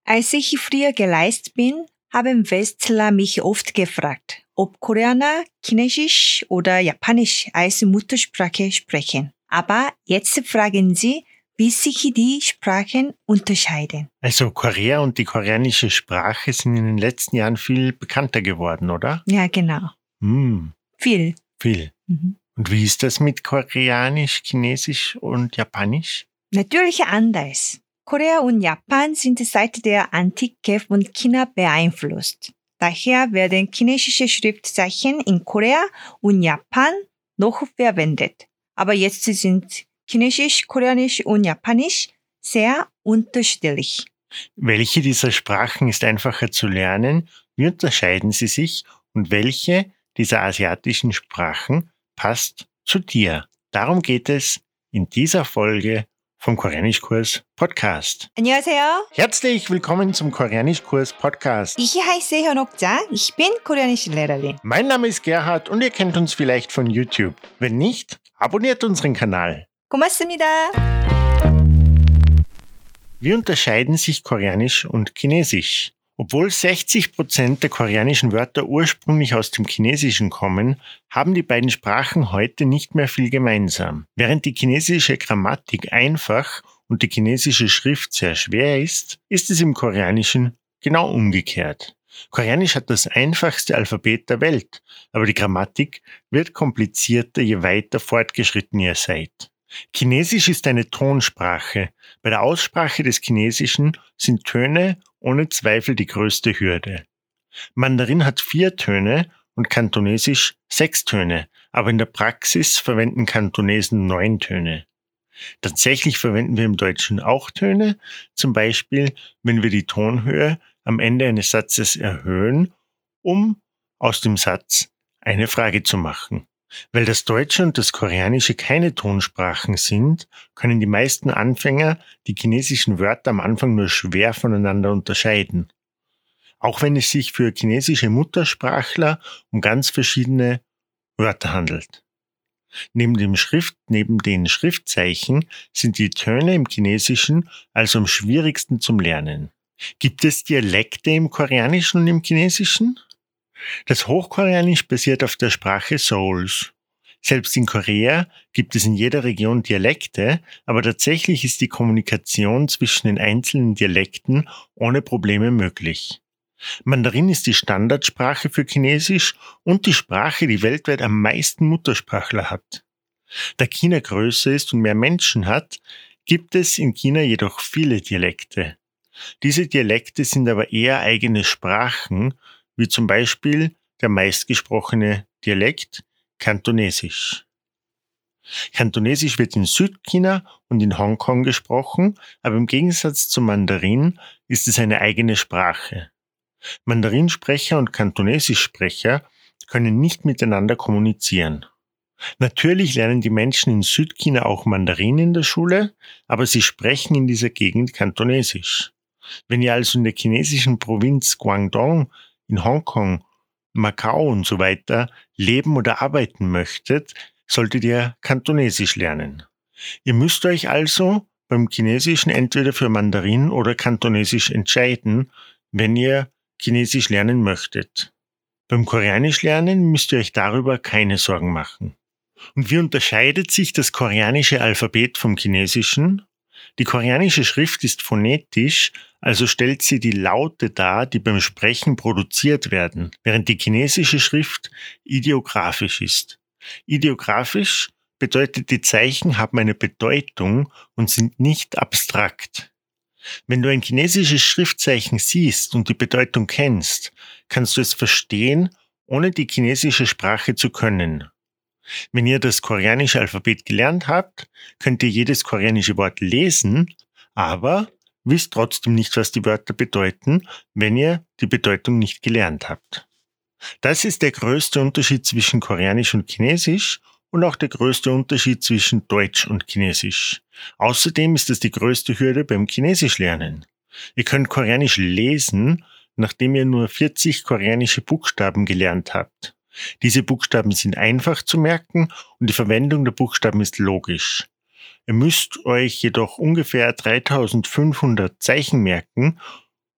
Als ich früher gereist bin, haben Westler mich oft gefragt, ob Koreaner Chinesisch oder Japanisch als Muttersprache sprechen. Aber jetzt fragen sie, wie sich die Sprachen unterscheiden. Also Korea und die koreanische Sprache sind in den letzten Jahren viel bekannter geworden, oder? Ja, genau. Viel. Viel. Und wie ist das mit Koreanisch, Chinesisch und Japanisch? Natürlich anders. Korea und Japan sind seit der Antike von China beeinflusst. Daher werden chinesische Schriftzeichen in Korea und Japan noch verwendet. Aber jetzt sind Chinesisch, Koreanisch und Japanisch sehr unterschiedlich. Welche dieser Sprachen ist einfacher zu lernen? Wie unterscheiden sie sich? Und welche dieser asiatischen Sprachen passt zu dir? Darum geht es in dieser Folge vom Koreanischkurs Podcast. 안녕하세요. Herzlich willkommen zum Koreanischkurs Podcast. Ich heiße Hyunok-ja. Ich bin koreanische Lehrerin. Mein Name ist Gerhard und ihr kennt uns vielleicht von YouTube. Wenn nicht, abonniert unseren Kanal. 고맙습니다. Wie unterscheiden sich Koreanisch und Chinesisch? Obwohl 60% der koreanischen Wörter ursprünglich aus dem Chinesischen kommen, haben die beiden Sprachen heute nicht mehr viel gemeinsam. Während die chinesische Grammatik einfach und die chinesische Schrift sehr schwer ist, ist es im Koreanischen genau umgekehrt. Koreanisch hat das einfachste Alphabet der Welt, aber die Grammatik wird komplizierter, je weiter fortgeschritten ihr seid. Chinesisch ist eine Tonsprache. Bei der Aussprache des Chinesischen sind Töne ohne Zweifel die größte Hürde. Mandarin hat 4 Töne und Kantonesisch 6 Töne, aber in der Praxis verwenden Kantonesen 9 Töne. Tatsächlich verwenden wir im Deutschen auch Töne, zum Beispiel, wenn wir die Tonhöhe am Ende eines Satzes erhöhen, um aus dem Satz eine Frage zu machen. Weil das Deutsche und das Koreanische keine Tonsprachen sind, können die meisten Anfänger die chinesischen Wörter am Anfang nur schwer voneinander unterscheiden. Auch wenn es sich für chinesische Muttersprachler um ganz verschiedene Wörter handelt. Neben den Schriftzeichen sind die Töne im Chinesischen also am schwierigsten zum Lernen. Gibt es Dialekte im Koreanischen und im Chinesischen? Das Hochkoreanisch basiert auf der Sprache Seouls. Selbst in Korea gibt es in jeder Region Dialekte, aber tatsächlich ist die Kommunikation zwischen den einzelnen Dialekten ohne Probleme möglich. Mandarin ist die Standardsprache für Chinesisch und die Sprache, die weltweit am meisten Muttersprachler hat. Da China größer ist und mehr Menschen hat, gibt es in China jedoch viele Dialekte. Diese Dialekte sind aber eher eigene Sprachen, wie zum Beispiel der meistgesprochene Dialekt Kantonesisch. Kantonesisch wird in Südchina und in Hongkong gesprochen, aber im Gegensatz zu Mandarin ist es eine eigene Sprache. Mandarinsprecher und Kantonesischsprecher können nicht miteinander kommunizieren. Natürlich lernen die Menschen in Südchina auch Mandarin in der Schule, aber sie sprechen in dieser Gegend Kantonesisch. Wenn ihr also in der chinesischen Provinz Guangdong, in Hongkong, Macau und so weiter leben oder arbeiten möchtet, solltet ihr Kantonesisch lernen. Ihr müsst euch also beim Chinesischen entweder für Mandarin oder Kantonesisch entscheiden, wenn ihr Chinesisch lernen möchtet. Beim Koreanisch lernen müsst ihr euch darüber keine Sorgen machen. Und wie unterscheidet sich das koreanische Alphabet vom Chinesischen? Die koreanische Schrift ist phonetisch, also stellt sie die Laute dar, die beim Sprechen produziert werden, während die chinesische Schrift ideographisch ist. Ideographisch bedeutet, die Zeichen haben eine Bedeutung und sind nicht abstrakt. Wenn du ein chinesisches Schriftzeichen siehst und die Bedeutung kennst, kannst du es verstehen, ohne die chinesische Sprache zu können. Wenn ihr das koreanische Alphabet gelernt habt, könnt ihr jedes koreanische Wort lesen, aber wisst trotzdem nicht, was die Wörter bedeuten, wenn ihr die Bedeutung nicht gelernt habt. Das ist der größte Unterschied zwischen Koreanisch und Chinesisch und auch der größte Unterschied zwischen Deutsch und Chinesisch. Außerdem ist es die größte Hürde beim Chinesisch lernen. Ihr könnt Koreanisch lesen, nachdem ihr nur 40 koreanische Buchstaben gelernt habt. Diese Buchstaben sind einfach zu merken und die Verwendung der Buchstaben ist logisch. Ihr müsst euch jedoch ungefähr 3500 Zeichen merken,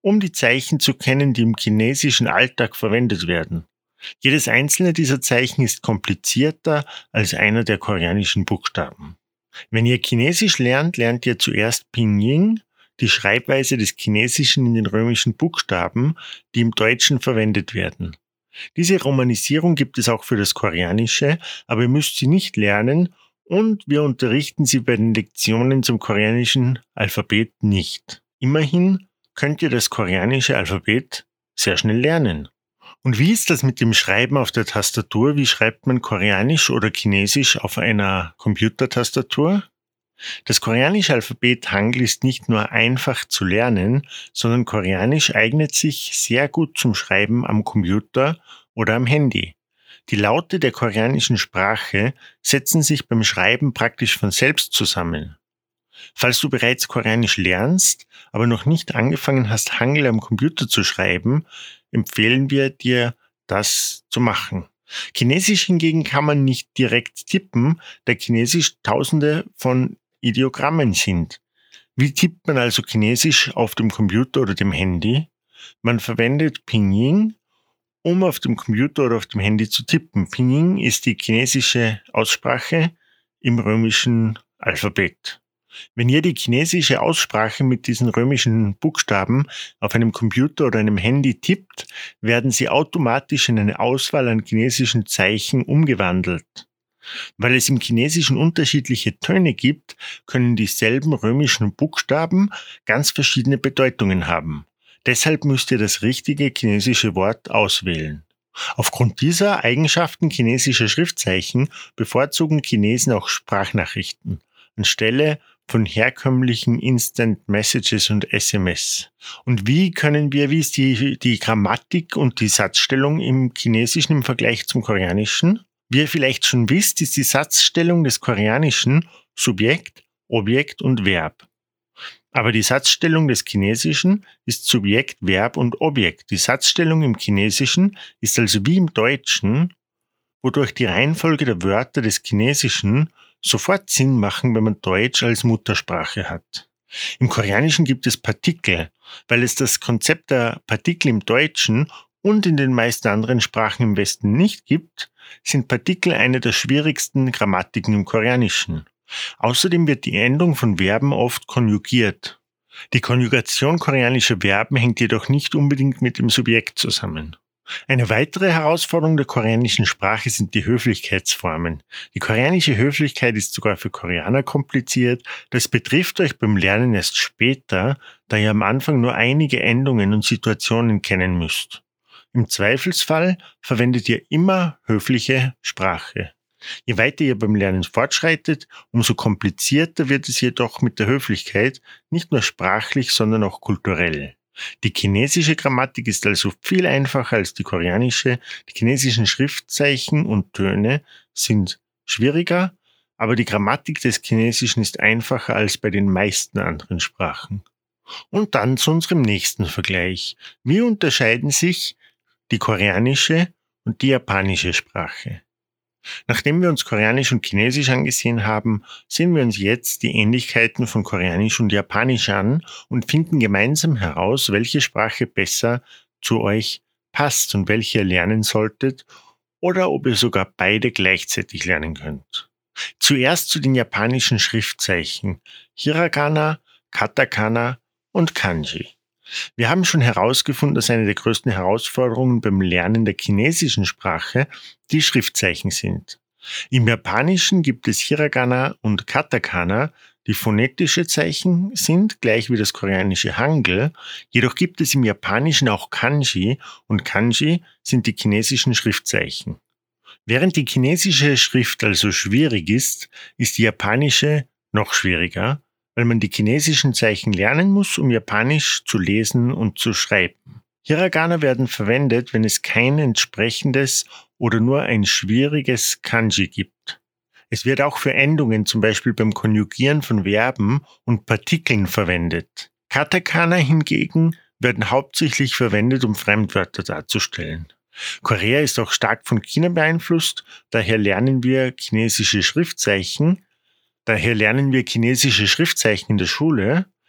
um die Zeichen zu kennen, die im chinesischen Alltag verwendet werden. Jedes einzelne dieser Zeichen ist komplizierter als einer der koreanischen Buchstaben. Wenn ihr Chinesisch lernt, lernt ihr zuerst Pinyin, die Schreibweise des Chinesischen in den römischen Buchstaben, die im Deutschen verwendet werden. Diese Romanisierung gibt es auch für das Koreanische, aber ihr müsst sie nicht lernen und wir unterrichten sie bei den Lektionen zum koreanischen Alphabet nicht. Immerhin könnt ihr das koreanische Alphabet sehr schnell lernen. Und wie ist das mit dem Schreiben auf der Tastatur? Wie schreibt man Koreanisch oder Chinesisch auf einer Computertastatur? Das koreanische Alphabet Hangul ist nicht nur einfach zu lernen, sondern Koreanisch eignet sich sehr gut zum Schreiben am Computer oder am Handy. Die Laute der koreanischen Sprache setzen sich beim Schreiben praktisch von selbst zusammen. Falls du bereits Koreanisch lernst, aber noch nicht angefangen hast, Hangul am Computer zu schreiben, empfehlen wir dir, das zu machen. Chinesisch hingegen kann man nicht direkt tippen, da Chinesisch Tausende von Ideogrammen sind. Wie tippt man also Chinesisch auf dem Computer oder dem Handy? Man verwendet Pinyin, um auf dem Computer oder auf dem Handy zu tippen. Pinyin ist die chinesische Aussprache im römischen Alphabet. Wenn ihr die chinesische Aussprache mit diesen römischen Buchstaben auf einem Computer oder einem Handy tippt, werden sie automatisch in eine Auswahl an chinesischen Zeichen umgewandelt. Weil es im Chinesischen unterschiedliche Töne gibt, können dieselben römischen Buchstaben ganz verschiedene Bedeutungen haben. Deshalb müsst ihr das richtige chinesische Wort auswählen. Aufgrund dieser Eigenschaften chinesischer Schriftzeichen bevorzugen Chinesen auch Sprachnachrichten anstelle von herkömmlichen Instant Messages und SMS. Und wie ist die Grammatik und die Satzstellung im Chinesischen im Vergleich zum Koreanischen? Wie ihr vielleicht schon wisst, ist die Satzstellung des Koreanischen Subjekt, Objekt und Verb. Aber die Satzstellung des Chinesischen ist Subjekt, Verb und Objekt. Die Satzstellung im Chinesischen ist also wie im Deutschen, wodurch die Reihenfolge der Wörter des Chinesischen sofort Sinn machen, wenn man Deutsch als Muttersprache hat. Im Koreanischen gibt es Partikel, weil es das Konzept der Partikel im Deutschen und in den meisten anderen Sprachen im Westen nicht gibt, sind Partikel eine der schwierigsten Grammatiken im Koreanischen. Außerdem wird die Endung von Verben oft konjugiert. Die Konjugation koreanischer Verben hängt jedoch nicht unbedingt mit dem Subjekt zusammen. Eine weitere Herausforderung der koreanischen Sprache sind die Höflichkeitsformen. Die koreanische Höflichkeit ist sogar für Koreaner kompliziert. Das betrifft euch beim Lernen erst später, da ihr am Anfang nur einige Endungen und Situationen kennen müsst. Im Zweifelsfall verwendet ihr immer höfliche Sprache. Je weiter ihr beim Lernen fortschreitet, umso komplizierter wird es jedoch mit der Höflichkeit, nicht nur sprachlich, sondern auch kulturell. Die chinesische Grammatik ist also viel einfacher als die koreanische. Die chinesischen Schriftzeichen und Töne sind schwieriger, aber die Grammatik des Chinesischen ist einfacher als bei den meisten anderen Sprachen. Und dann zu unserem nächsten Vergleich. Wie unterscheiden sich die koreanische und die japanische Sprache? Nachdem wir uns Koreanisch und Chinesisch angesehen haben, sehen wir uns jetzt die Ähnlichkeiten von Koreanisch und Japanisch an und finden gemeinsam heraus, welche Sprache besser zu euch passt und welche ihr lernen solltet oder ob ihr sogar beide gleichzeitig lernen könnt. Zuerst zu den japanischen Schriftzeichen Hiragana, Katakana und Kanji. Wir haben schon herausgefunden, dass eine der größten Herausforderungen beim Lernen der chinesischen Sprache die Schriftzeichen sind. Im Japanischen gibt es Hiragana und Katakana, die phonetische Zeichen sind, gleich wie das koreanische Hangul. Jedoch gibt es im Japanischen auch Kanji und Kanji sind die chinesischen Schriftzeichen. Während die chinesische Schrift also schwierig ist, ist die japanische noch schwieriger, weil man die chinesischen Zeichen lernen muss, um Japanisch zu lesen und zu schreiben. Hiragana werden verwendet, wenn es kein entsprechendes oder nur ein schwieriges Kanji gibt. Es wird auch für Endungen, zum Beispiel beim Konjugieren von Verben und Partikeln verwendet. Katakana hingegen werden hauptsächlich verwendet, um Fremdwörter darzustellen. Korea ist auch stark von China beeinflusst, daher lernen wir chinesische Schriftzeichen in der Schule,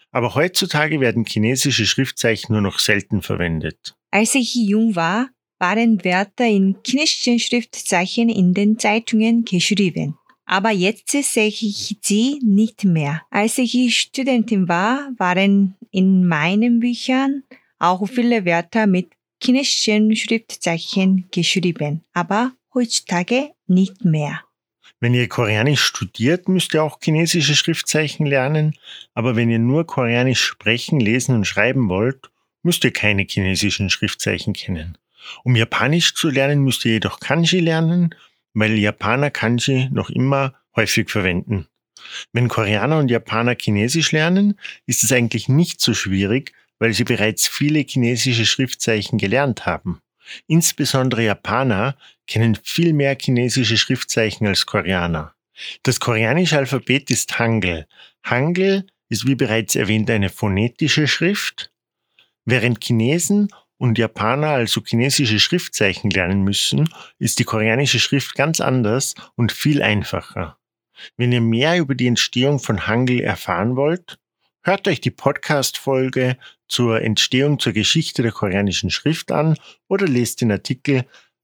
Aber heutzutage werden chinesische Schriftzeichen nur noch selten verwendet. Als ich jung war, waren Wörter in chinesischen Schriftzeichen in den Zeitungen geschrieben. Aber jetzt sehe ich sie nicht mehr. Als ich Studentin war, waren in meinen Büchern auch viele Wörter mit chinesischen Schriftzeichen geschrieben, aber heutzutage nicht mehr. Wenn ihr Koreanisch studiert, müsst ihr auch chinesische Schriftzeichen lernen, aber wenn ihr nur Koreanisch sprechen, lesen und schreiben wollt, müsst ihr keine chinesischen Schriftzeichen kennen. Um Japanisch zu lernen, müsst ihr jedoch Kanji lernen, weil Japaner Kanji noch immer häufig verwenden. Wenn Koreaner und Japaner Chinesisch lernen, ist es eigentlich nicht so schwierig, weil sie bereits viele chinesische Schriftzeichen gelernt haben. Insbesondere Japaner kennen viel mehr chinesische Schriftzeichen als Koreaner. Das koreanische Alphabet ist Hangul. Hangul ist wie bereits erwähnt eine phonetische Schrift, während Chinesen und Japaner also chinesische Schriftzeichen lernen müssen, ist die koreanische Schrift ganz anders und viel einfacher. Wenn ihr mehr über die Entstehung von Hangul erfahren wollt, hört euch die Podcast-Folge zur Entstehung zur Geschichte der koreanischen Schrift an oder lest den Artikel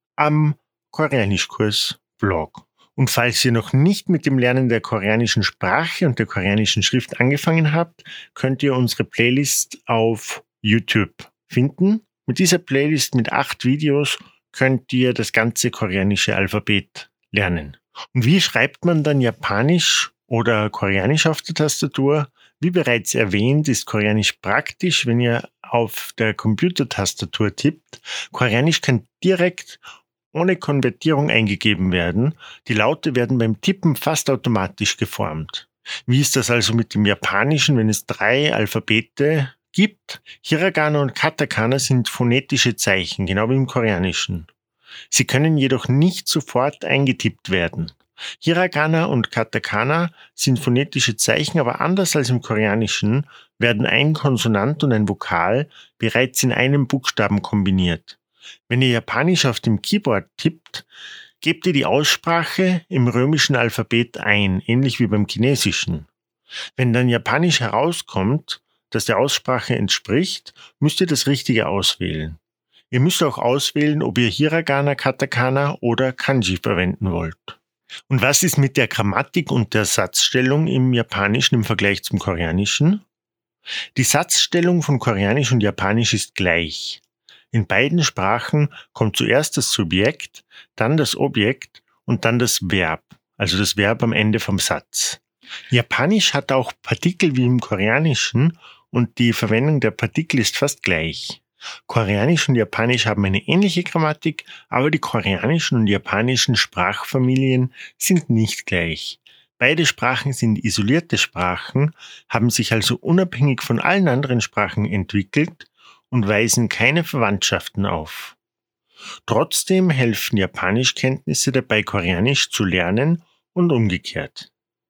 am Koreanischkurs-Blog. Und falls ihr noch nicht mit dem Lernen der koreanischen Sprache und der koreanischen Schrift angefangen habt, könnt ihr unsere Playlist auf YouTube finden. Mit dieser Playlist mit 8 Videos könnt ihr das ganze koreanische Alphabet lernen. Und wie schreibt man dann Japanisch oder Koreanisch auf der Tastatur? Wie bereits erwähnt, ist Koreanisch praktisch, wenn ihr auf der Computertastatur tippt. Koreanisch kann direkt ohne Konvertierung eingegeben werden. Die Laute werden beim Tippen fast automatisch geformt. Wie ist das also mit dem Japanischen, wenn es 3 Alphabete gibt? Hiragana und Katakana sind phonetische Zeichen, genau wie im Koreanischen. Sie können jedoch nicht sofort eingetippt werden. Hiragana und Katakana sind phonetische Zeichen, aber anders als im Koreanischen werden ein Konsonant und ein Vokal bereits in einem Buchstaben kombiniert. Wenn ihr Japanisch auf dem Keyboard tippt, gebt ihr die Aussprache im römischen Alphabet ein, ähnlich wie beim Chinesischen. Wenn dann Japanisch herauskommt, das der Aussprache entspricht, müsst ihr das Richtige auswählen. Ihr müsst auch auswählen, ob ihr Hiragana, Katakana oder Kanji verwenden wollt. Und was ist mit der Grammatik und der Satzstellung im Japanischen im Vergleich zum Koreanischen? Die Satzstellung von Koreanisch und Japanisch ist gleich. In beiden Sprachen kommt zuerst das Subjekt, dann das Objekt und dann das Verb, also das Verb am Ende vom Satz. Japanisch hat auch Partikel wie im Koreanischen und die Verwendung der Partikel ist fast gleich. Koreanisch und Japanisch haben eine ähnliche Grammatik, aber die koreanischen und japanischen Sprachfamilien sind nicht gleich. Beide Sprachen sind isolierte Sprachen, haben sich also unabhängig von allen anderen Sprachen entwickelt und weisen keine Verwandtschaften auf. Trotzdem helfen Japanischkenntnisse dabei, Koreanisch zu lernen und umgekehrt.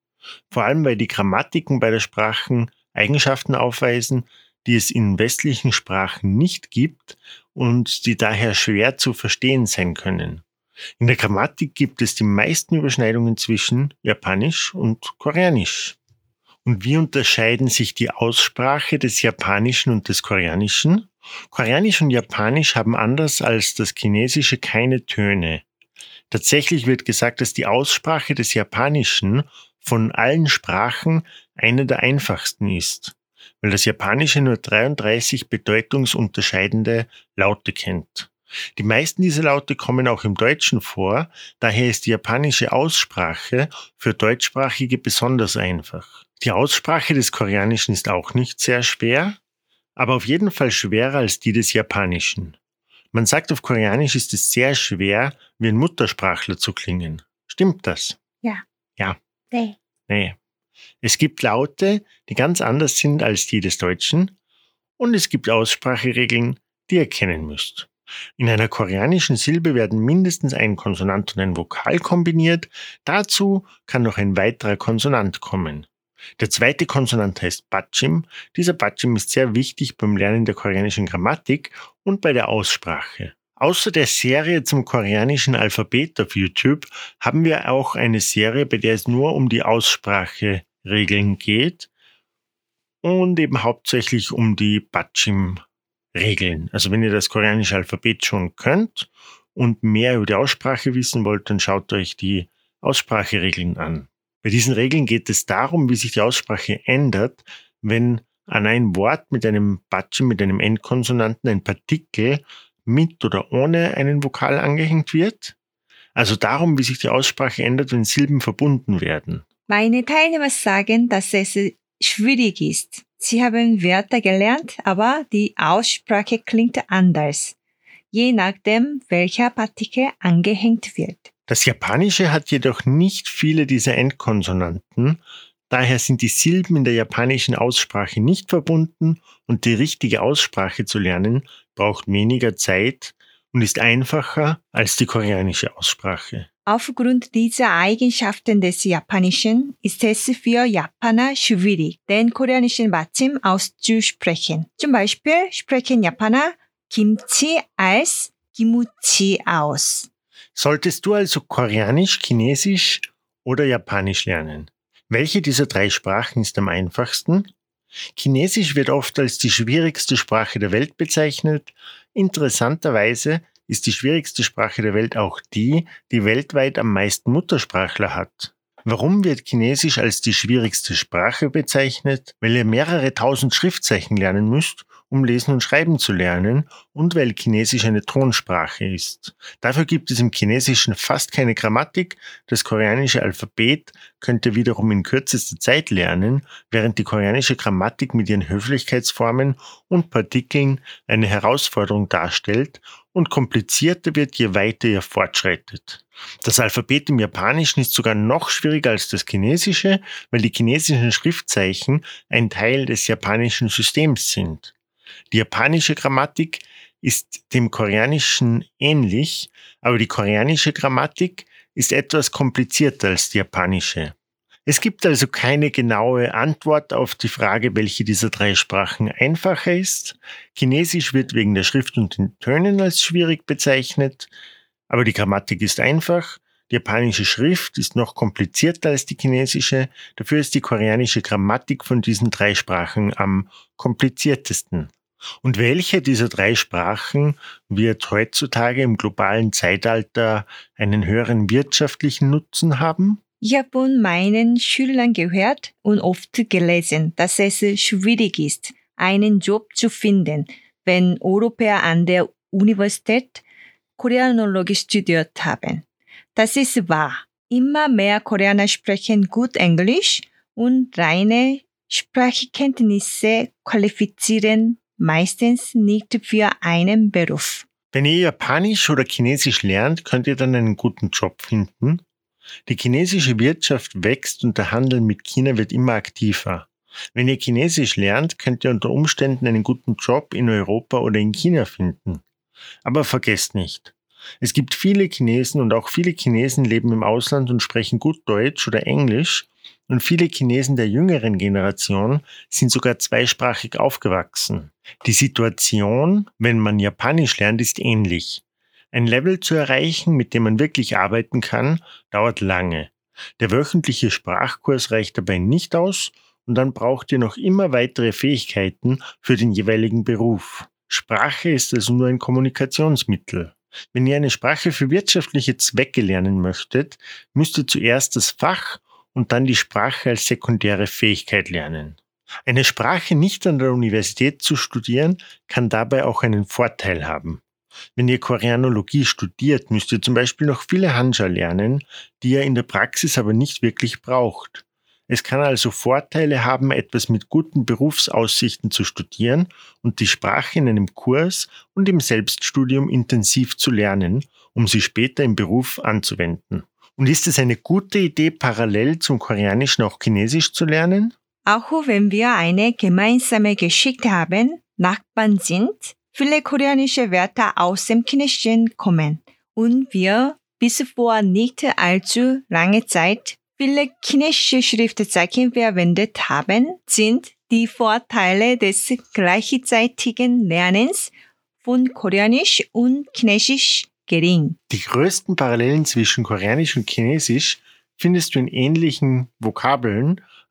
Vor allem, weil die Grammatiken beider Sprachen Eigenschaften aufweisen, die es in westlichen Sprachen nicht gibt und die daher schwer zu verstehen sein können. In der Grammatik gibt es die meisten Überschneidungen zwischen Japanisch und Koreanisch. Und wie unterscheiden sich die Aussprache des Japanischen und des Koreanischen? Koreanisch und Japanisch haben anders als das Chinesische keine Töne. Tatsächlich wird gesagt, dass die Aussprache des Japanischen von allen Sprachen eine der einfachsten ist, weil das Japanische nur 33 bedeutungsunterscheidende Laute kennt. Die meisten dieser Laute kommen auch im Deutschen vor, daher ist die japanische Aussprache für Deutschsprachige besonders einfach. Die Aussprache des Koreanischen ist auch nicht sehr schwer, aber auf jeden Fall schwerer als die des Japanischen. Man sagt, auf Koreanisch ist es sehr schwer, wie ein Muttersprachler zu klingen. Stimmt das? Ja. Ja. Nee. Nee. Es gibt Laute, die ganz anders sind als die des Deutschen, und es gibt Ausspracheregeln, die ihr kennen müsst. In einer koreanischen Silbe werden mindestens ein Konsonant und ein Vokal kombiniert. Dazu kann noch ein weiterer Konsonant kommen. Der zweite Konsonant heißt Bachim. Dieser Bachim ist sehr wichtig beim Lernen der koreanischen Grammatik und bei der Aussprache. Außer der Serie zum koreanischen Alphabet auf YouTube haben wir auch eine Serie, bei der es nur um die Ausspracheregeln geht. und eben hauptsächlich um die Padchim-Regeln. Also wenn ihr das koreanische Alphabet schon könnt und mehr über die Aussprache wissen wollt, dann schaut euch die Ausspracheregeln an. Bei diesen Regeln geht es darum, wie sich die Aussprache ändert, wenn an ein Wort mit einem Padchim, mit einem Endkonsonanten, ein Partikel mit oder ohne einen Vokal angehängt wird. Also darum, wie sich die Aussprache ändert, wenn Silben verbunden werden. Meine Teilnehmer sagen, dass es schwierig ist. Sie haben Wörter gelernt, aber die Aussprache klingt anders, je nachdem, welcher Partikel angehängt wird. Das Japanische hat jedoch nicht viele dieser Endkonsonanten, daher sind die Silben in der japanischen Aussprache nicht verbunden und die richtige Aussprache zu lernen braucht weniger Zeit und ist einfacher als die koreanische Aussprache. Aufgrund dieser Eigenschaften des Japanischen ist es für Japaner schwierig, den koreanischen Padchim auszusprechen. Zum Beispiel sprechen Japaner Kimchi als Kimuchi aus. Solltest du also Koreanisch, Chinesisch oder Japanisch lernen? Welche dieser 3 Sprachen ist am einfachsten? Chinesisch wird oft als die schwierigste Sprache der Welt bezeichnet. Interessanterweise ist die schwierigste Sprache der Welt auch die weltweit am meisten Muttersprachler hat. Warum wird Chinesisch als die schwierigste Sprache bezeichnet? Weil ihr mehrere tausend Schriftzeichen lernen müsst, um Lesen und Schreiben zu lernen und weil Chinesisch eine Tonsprache ist. Dafür gibt es im Chinesischen fast keine Grammatik. Das koreanische Alphabet könnt ihr wiederum in kürzester Zeit lernen, während die koreanische Grammatik mit ihren Höflichkeitsformen und Partikeln eine Herausforderung darstellt und komplizierter wird, je weiter ihr fortschreitet. Das Alphabet im Japanischen ist sogar noch schwieriger als das Chinesische, weil die chinesischen Schriftzeichen ein Teil des japanischen Systems sind. Die japanische Grammatik ist dem Koreanischen ähnlich, aber die koreanische Grammatik ist etwas komplizierter als die japanische. Es gibt also keine genaue Antwort auf die Frage, welche dieser 3 Sprachen einfacher ist. Chinesisch wird wegen der Schrift und den Tönen als schwierig bezeichnet, aber die Grammatik ist einfach. Die japanische Schrift ist noch komplizierter als die chinesische, dafür ist die koreanische Grammatik von diesen 3 Sprachen am kompliziertesten. Und welche dieser 3 Sprachen wird heutzutage im globalen Zeitalter einen höheren wirtschaftlichen Nutzen haben? Ich habe von meinen Schülern gehört und oft gelesen, dass es schwierig ist, einen Job zu finden, wenn Europäer an der Universität Koreanologie studiert haben. Das ist wahr. Immer mehr Koreaner sprechen gut Englisch und reine Sprachkenntnisse qualifizieren meistens nicht für einen Beruf. Wenn ihr Japanisch oder Chinesisch lernt, könnt ihr dann einen guten Job finden. Die chinesische Wirtschaft wächst und der Handel mit China wird immer aktiver. Wenn ihr Chinesisch lernt, könnt ihr unter Umständen einen guten Job in Europa oder in China finden. Aber vergesst nicht, es gibt viele Chinesen und auch viele Chinesen leben im Ausland und sprechen gut Deutsch oder Englisch und viele Chinesen der jüngeren Generation sind sogar zweisprachig aufgewachsen. Die Situation, wenn man Japanisch lernt, ist ähnlich. Ein Level zu erreichen, mit dem man wirklich arbeiten kann, dauert lange. Der wöchentliche Sprachkurs reicht dabei nicht aus und dann braucht ihr noch immer weitere Fähigkeiten für den jeweiligen Beruf. Sprache ist also nur ein Kommunikationsmittel. Wenn ihr eine Sprache für wirtschaftliche Zwecke lernen möchtet, müsst ihr zuerst das Fach und dann die Sprache als sekundäre Fähigkeit lernen. Eine Sprache nicht an der Universität zu studieren, kann dabei auch einen Vorteil haben. Wenn ihr Koreanologie studiert, müsst ihr zum Beispiel noch viele Hanja lernen, die ihr in der Praxis aber nicht wirklich braucht. Es kann also Vorteile haben, etwas mit guten Berufsaussichten zu studieren und die Sprache in einem Kurs und im Selbststudium intensiv zu lernen, um sie später im Beruf anzuwenden. Und ist es eine gute Idee, parallel zum Koreanischen auch Chinesisch zu lernen? Auch wenn wir eine gemeinsame Geschichte haben, Nachbarn sind, viele koreanische Wörter aus dem Chinesischen kommen und wir bis vor nicht allzu langer Zeit viele chinesische Schriftzeichen verwendet haben, sind die Vorteile des gleichzeitigen Lernens von Koreanisch und Chinesisch gering. Die größten Parallelen zwischen Koreanisch und Chinesisch findest du in ähnlichen Vokabeln,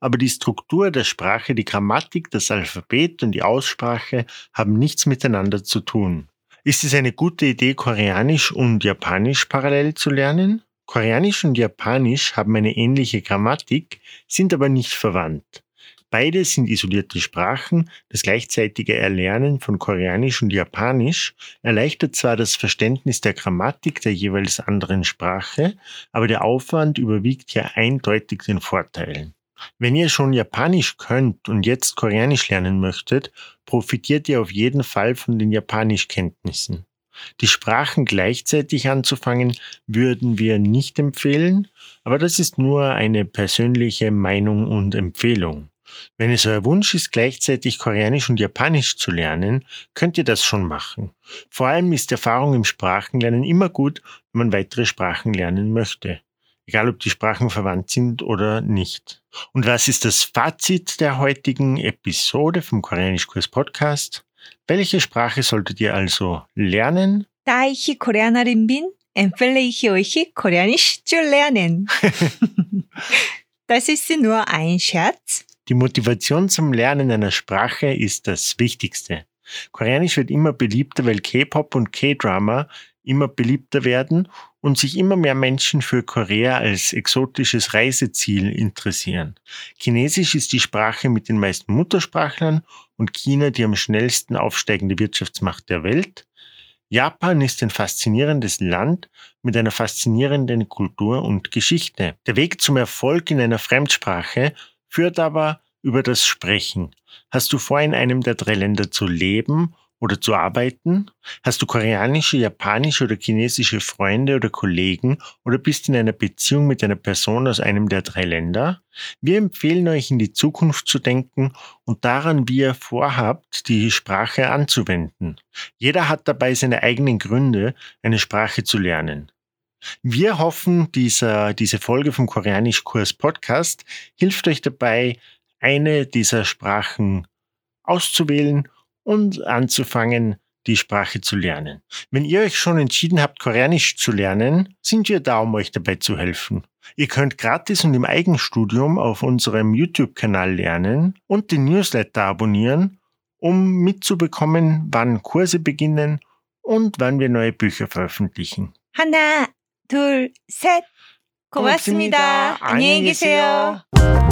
aber die Struktur der Sprache, die Grammatik, das Alphabet und die Aussprache haben nichts miteinander zu tun. Ist es eine gute Idee, Koreanisch und Japanisch parallel zu lernen? Koreanisch und Japanisch haben eine ähnliche Grammatik, sind aber nicht verwandt. Beide sind isolierte Sprachen. Das gleichzeitige Erlernen von Koreanisch und Japanisch erleichtert zwar das Verständnis der Grammatik der jeweils anderen Sprache, aber der Aufwand überwiegt ja eindeutig den Vorteilen. Wenn ihr schon Japanisch könnt und jetzt Koreanisch lernen möchtet, profitiert ihr auf jeden Fall von den Japanischkenntnissen. Die Sprachen gleichzeitig anzufangen, würden wir nicht empfehlen, aber das ist nur eine persönliche Meinung und Empfehlung. Wenn es euer Wunsch ist, gleichzeitig Koreanisch und Japanisch zu lernen, könnt ihr das schon machen. Vor allem ist Erfahrung im Sprachenlernen immer gut, wenn man weitere Sprachen lernen möchte. Egal, ob die Sprachen verwandt sind oder nicht. Und was ist das Fazit der heutigen Episode vom Koreanischkurs Podcast? Welche Sprache solltet ihr also lernen? Da ich Koreanerin bin, empfehle ich euch, Koreanisch zu lernen. Das ist nur ein Scherz. Die Motivation zum Lernen einer Sprache ist das Wichtigste. Koreanisch wird immer beliebter, weil K-Pop und K-Drama immer beliebter werden und sich immer mehr Menschen für Korea als exotisches Reiseziel interessieren. Chinesisch ist die Sprache mit den meisten Muttersprachlern und China die am schnellsten aufsteigende Wirtschaftsmacht der Welt. Japan ist ein faszinierendes Land mit einer faszinierenden Kultur und Geschichte. Der Weg zum Erfolg in einer Fremdsprache führt aber über das Sprechen. Hast du vor, in einem der 3 Länder zu leben oder zu arbeiten? Hast du koreanische, japanische oder chinesische Freunde oder Kollegen oder bist in einer Beziehung mit einer Person aus einem der 3 Länder? Wir empfehlen euch, in die Zukunft zu denken und daran, wie ihr vorhabt, die Sprache anzuwenden. Jeder hat dabei seine eigenen Gründe, eine Sprache zu lernen. Wir hoffen, diese Folge vom Koreanischkurs Podcast hilft euch dabei, eine dieser Sprachen auszuwählen und anzufangen, die Sprache zu lernen. Wenn ihr euch schon entschieden habt, Koreanisch zu lernen, sind wir da, um euch dabei zu helfen. Ihr könnt gratis und im Eigenstudium auf unserem YouTube-Kanal lernen und den Newsletter abonnieren, um mitzubekommen, wann Kurse beginnen und wann wir neue Bücher veröffentlichen. 하나, 둘, 셋. 고맙습니다. 안녕히 계세요.